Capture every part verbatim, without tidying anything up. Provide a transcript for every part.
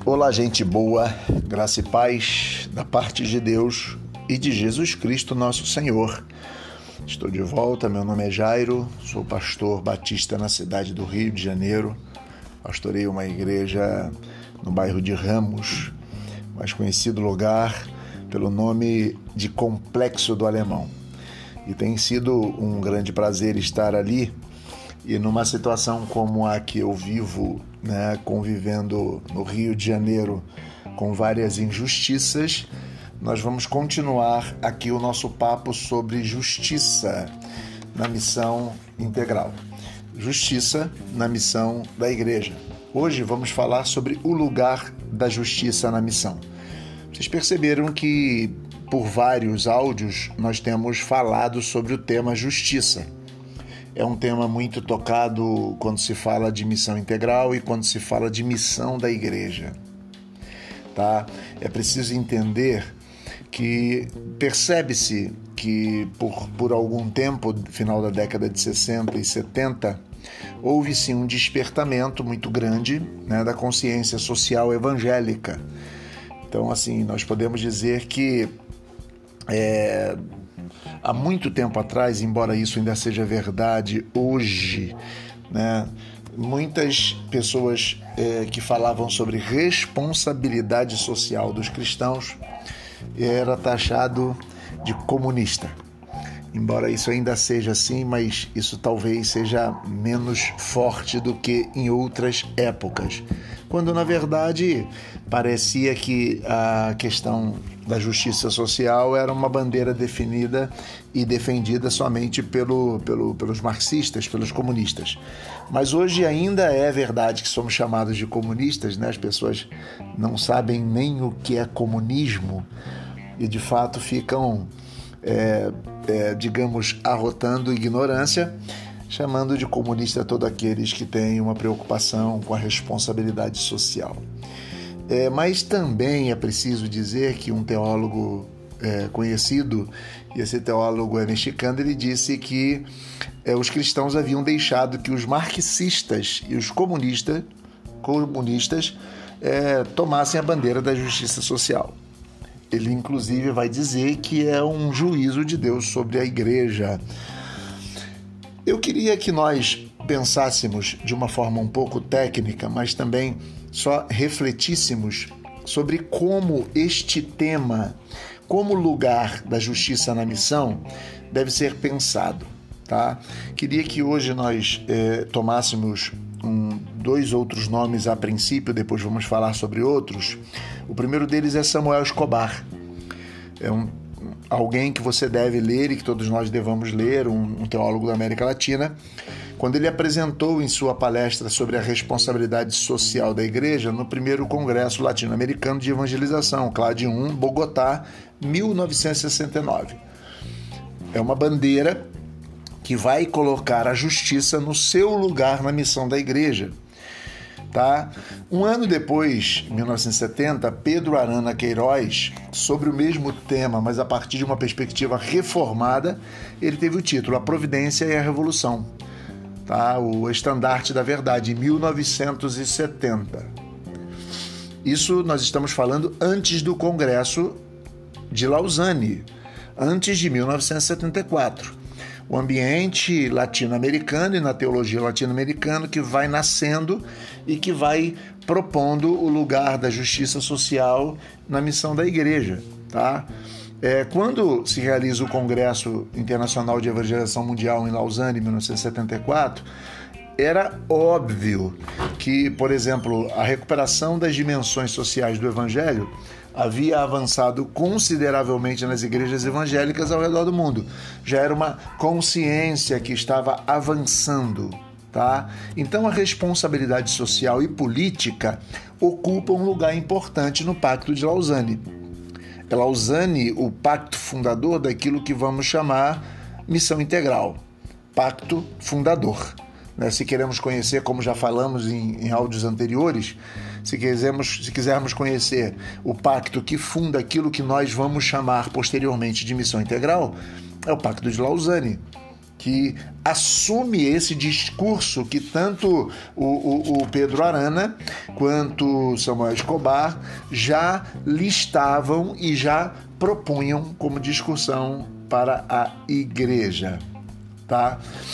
Olá, gente boa, graça e paz da parte de Deus e de Jesus Cristo, nosso Senhor. Estou de volta, meu nome é Jairo, sou pastor batista na cidade do Rio de Janeiro. Pastorei uma igreja no bairro de Ramos, mais conhecido lugar pelo nome de Complexo do Alemão. E tem sido um grande prazer estar ali. E numa situação como a que eu vivo, né, convivendo no Rio de Janeiro com várias injustiças, nós vamos continuar aqui o nosso papo sobre justiça na missão integral. Justiça na missão da igreja. Hoje vamos falar sobre o lugar da justiça na missão. Vocês perceberam que por vários áudios nós temos falado sobre o tema justiça. É um tema muito tocado quando se fala de missão integral e quando se fala de missão da igreja. Tá? É preciso entender que percebe-se que por, por algum tempo, final da década de sessenta e setenta, houve sim um despertamento muito grande, né, da consciência social evangélica. Então, assim, nós podemos dizer que é, há muito tempo atrás, embora isso ainda seja verdade hoje, né, muitas pessoas é, que falavam sobre responsabilidade social dos cristãos era taxado de comunista. Embora isso ainda seja assim, mas isso talvez seja menos forte do que em outras épocas, quando na verdade parecia que a questão da justiça social era uma bandeira definida e defendida somente pelo, pelo, pelos marxistas, pelos comunistas. Mas hoje ainda é verdade que somos chamados de comunistas, né? As pessoas não sabem nem o que é comunismo e de fato ficam, é, é, digamos, arrotando ignorância, chamando de comunista todos aqueles que têm uma preocupação com a responsabilidade social. É, mas também é preciso dizer que um teólogo é, conhecido, e esse teólogo é mexicano, ele disse que é, os cristãos haviam deixado que os marxistas e os comunistas, comunistas é, tomassem a bandeira da justiça social. Ele, inclusive, vai dizer que é um juízo de Deus sobre a igreja. Eu queria que nós pensássemos de uma forma um pouco técnica, mas também só refletíssemos sobre como este tema, como lugar da justiça na missão, deve ser pensado. Tá? Queria que hoje nós eh, tomássemos um, dois outros nomes a princípio, depois vamos falar sobre outros. O primeiro deles é Samuel Escobar. É um, alguém que você deve ler e que todos nós devamos ler, um, um teólogo da América Latina. Quando ele apresentou em sua palestra sobre a responsabilidade social da igreja no primeiro Congresso Latino-Americano de Evangelização, C L A D um, Bogotá, mil novecentos e sessenta e nove. É uma bandeira que vai colocar a justiça no seu lugar na missão da igreja. Tá? Um ano depois, em mil novecentos e setenta, Pedro Arana Queiroz, sobre o mesmo tema, mas a partir de uma perspectiva reformada, ele teve o título A Providência e a Revolução. Tá? O Estandarte da Verdade, em mil novecentos e setenta. Isso nós estamos falando antes do Congresso de Lausanne, antes de mil novecentos e setenta e quatro. O ambiente latino-americano e na teologia latino-americana que vai nascendo e que vai propondo o lugar da justiça social na missão da igreja. Tá? É, quando se realiza o Congresso Internacional de Evangelização Mundial em Lausanne, em mil novecentos e setenta e quatro, era óbvio que, por exemplo, a recuperação das dimensões sociais do Evangelho havia avançado consideravelmente nas igrejas evangélicas ao redor do mundo. Já era uma consciência que estava avançando. Tá? Então a responsabilidade social e política ocupa um lugar importante no Pacto de Lausanne. É Lausanne o pacto fundador daquilo que vamos chamar missão integral, pacto fundador. Né? Se queremos conhecer, como já falamos em, em áudios anteriores, se quisermos, se quisermos conhecer o pacto que funda aquilo que nós vamos chamar posteriormente de missão integral, é o Pacto de Lausanne. que assume esse discurso que tanto o, o, o Pedro Arana quanto Samuel Escobar já listavam e já propunham como discussão para a igreja, tá?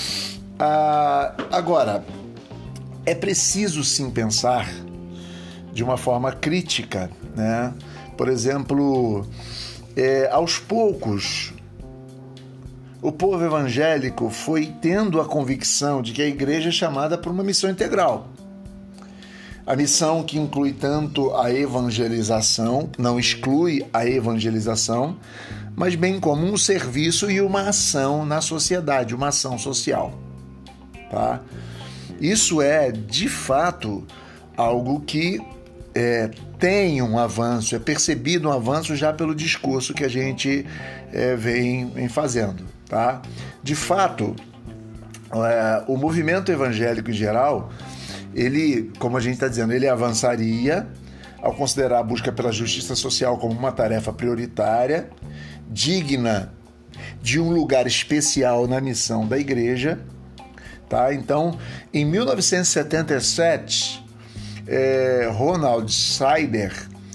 Ah, agora, é preciso sim pensar de uma forma crítica, né? Por exemplo, é, aos poucos, o povo evangélico foi tendo a convicção de que a igreja é chamada por uma missão integral. A missão que inclui tanto a evangelização, não exclui a evangelização, mas bem como um serviço e uma ação na sociedade, uma ação social. Tá? Isso é, de fato, algo que é, tem um avanço, é percebido um avanço já pelo discurso que a gente é, vem, vem fazendo. Tá? De fato, é, o movimento evangélico em geral, ele, como a gente está dizendo, ele avançaria ao considerar a busca pela justiça social como uma tarefa prioritária, digna de um lugar especial na missão da igreja. Tá? Então, em mil novecentos e setenta e sete, é, Ronald Sider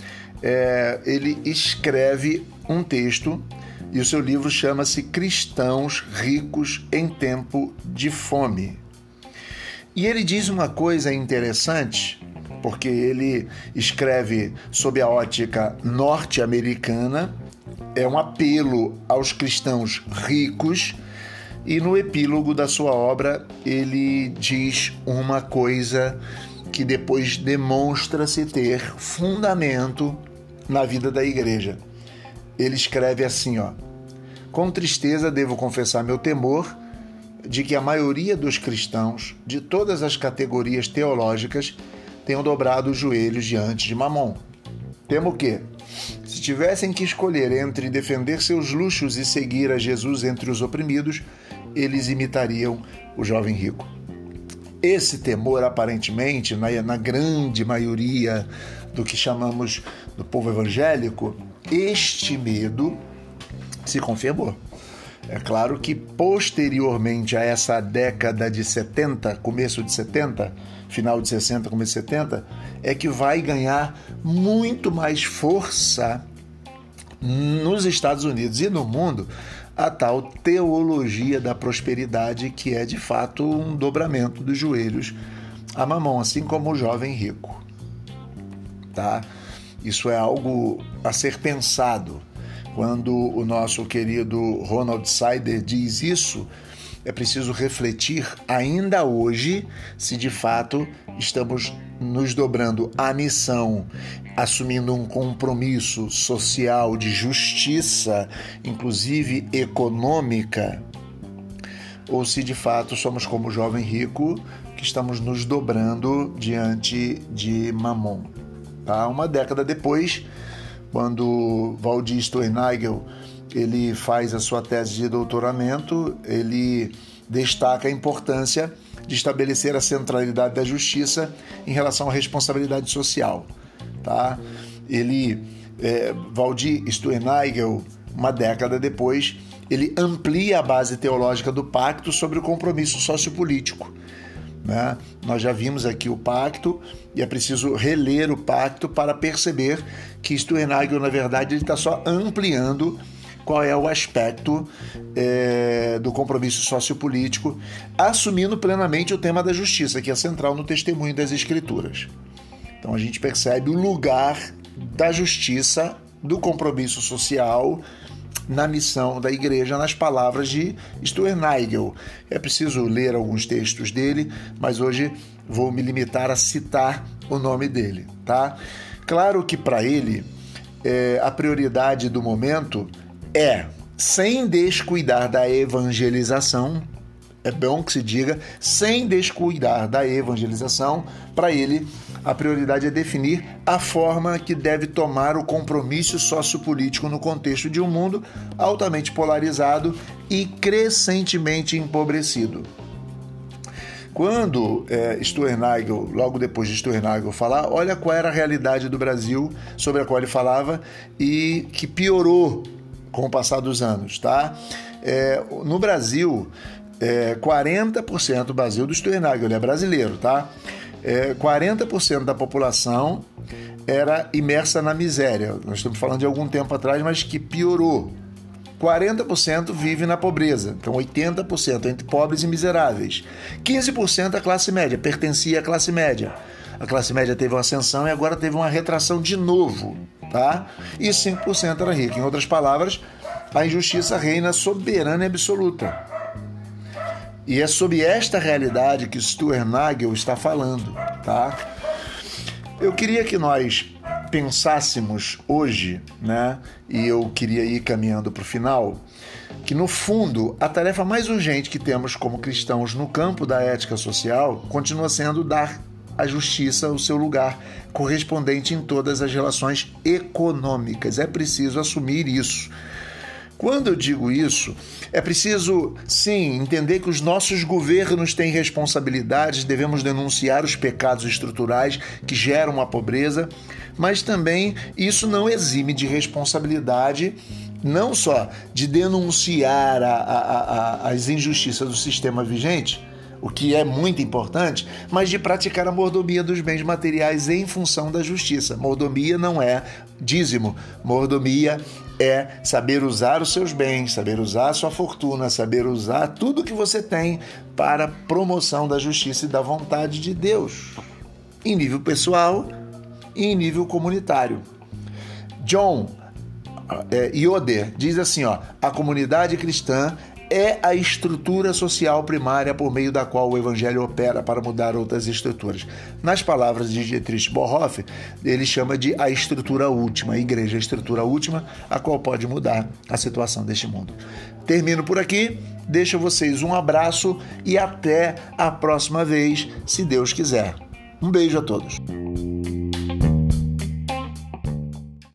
é, ele escreve um texto e o seu livro chama-se Cristãos Ricos em Tempo de Fome. E ele diz uma coisa interessante, porque ele escreve sob a ótica norte-americana, é um apelo aos cristãos ricos, e no epílogo da sua obra ele diz uma coisa que depois demonstra-se ter fundamento na vida da igreja. Ele escreve assim, ó: com tristeza devo confessar meu temor de que a maioria dos cristãos de todas as categorias teológicas tenham dobrado os joelhos diante de Mamon. Temo que, se tivessem que escolher entre defender seus luxos e seguir a Jesus entre os oprimidos, eles imitariam o jovem rico. Esse temor, aparentemente, na, na grande maioria do que chamamos do povo evangélico, este medo se confirmou. É claro que posteriormente a essa década de setenta, começo de setenta, final de sessenta, começo de setenta, é que vai ganhar muito mais força nos Estados Unidos e no mundo a tal teologia da prosperidade, que é de fato um dobramento dos joelhos a Mamon, assim como o jovem rico. Tá? Isso é algo a ser pensado. Quando o nosso querido Ronald Sider diz isso, é preciso refletir ainda hoje se de fato estamos nos dobrando à missão, assumindo um compromisso social de justiça, inclusive econômica, ou se de fato somos como o jovem rico, que estamos nos dobrando diante de Mamon. Tá? Uma década depois, quando Waldir Steuernagel ele faz a sua tese de doutoramento, ele destaca a importância de estabelecer a centralidade da justiça em relação à responsabilidade social. Tá? Ele, é, Waldir Steuernagel, uma década depois, ele amplia a base teológica do pacto sobre o compromisso sociopolítico. Né? Nós já vimos aqui o pacto e é preciso reler o pacto para perceber que Steuernagel, na verdade, ele está só ampliando qual é o aspecto é, do compromisso sociopolítico, assumindo plenamente o tema da justiça, que é central no testemunho das Escrituras. Então a gente percebe o lugar da justiça, do compromisso social na missão da igreja, nas palavras de Steuernagel. É preciso ler alguns textos dele, mas hoje vou me limitar a citar o nome dele. Tá? Claro que para ele é, a prioridade do momento é, sem descuidar da evangelização, é bom que se diga, sem descuidar da evangelização, para ele a prioridade é definir a forma que deve tomar o compromisso sociopolítico no contexto de um mundo altamente polarizado e crescentemente empobrecido. Quando é, Steuernagel, logo depois de Steuernagel falar, olha qual era a realidade do Brasil sobre a qual ele falava e que piorou com o passar dos anos. Tá? É, no Brasil, é, quarenta por cento, Basildo Sternagel, ele é brasileiro, tá? É, quarenta por cento da população era imersa na miséria. Nós estamos falando de algum tempo atrás, mas que piorou. quarenta por cento vive na pobreza, então oitenta por cento entre pobres e miseráveis. quinze por cento a classe média, pertencia à classe média. A classe média teve uma ascensão e agora teve uma retração de novo, tá? E cinco por cento era rica. Em outras palavras, a injustiça reina soberana e absoluta. E é sobre esta realidade que Sternagel está falando, tá? Eu queria que nós pensássemos hoje, né? E eu queria ir caminhando para o final, que no fundo a tarefa mais urgente que temos como cristãos no campo da ética social continua sendo dar à justiça o seu lugar correspondente em todas as relações econômicas. É preciso assumir isso. Quando eu digo isso, é preciso, sim, entender que os nossos governos têm responsabilidades, devemos denunciar os pecados estruturais que geram a pobreza, mas também isso não exime de responsabilidade, não só de denunciar a, a, a, as injustiças do sistema vigente, o que é muito importante, mas de praticar a mordomia dos bens materiais em função da justiça. Mordomia não é dízimo, mordomia é saber usar os seus bens, saber usar a sua fortuna, saber usar tudo que você tem para a promoção da justiça e da vontade de Deus, em nível pessoal e em nível comunitário. John é, Yoder diz assim, ó, a comunidade cristã é a estrutura social primária por meio da qual o evangelho opera para mudar outras estruturas. Nas palavras de Dietrich Bonhoeffer, ele chama de a estrutura última, a igreja, a estrutura última, a qual pode mudar a situação deste mundo. Termino por aqui, deixo a vocês um abraço e até a próxima vez, se Deus quiser. Um beijo a todos.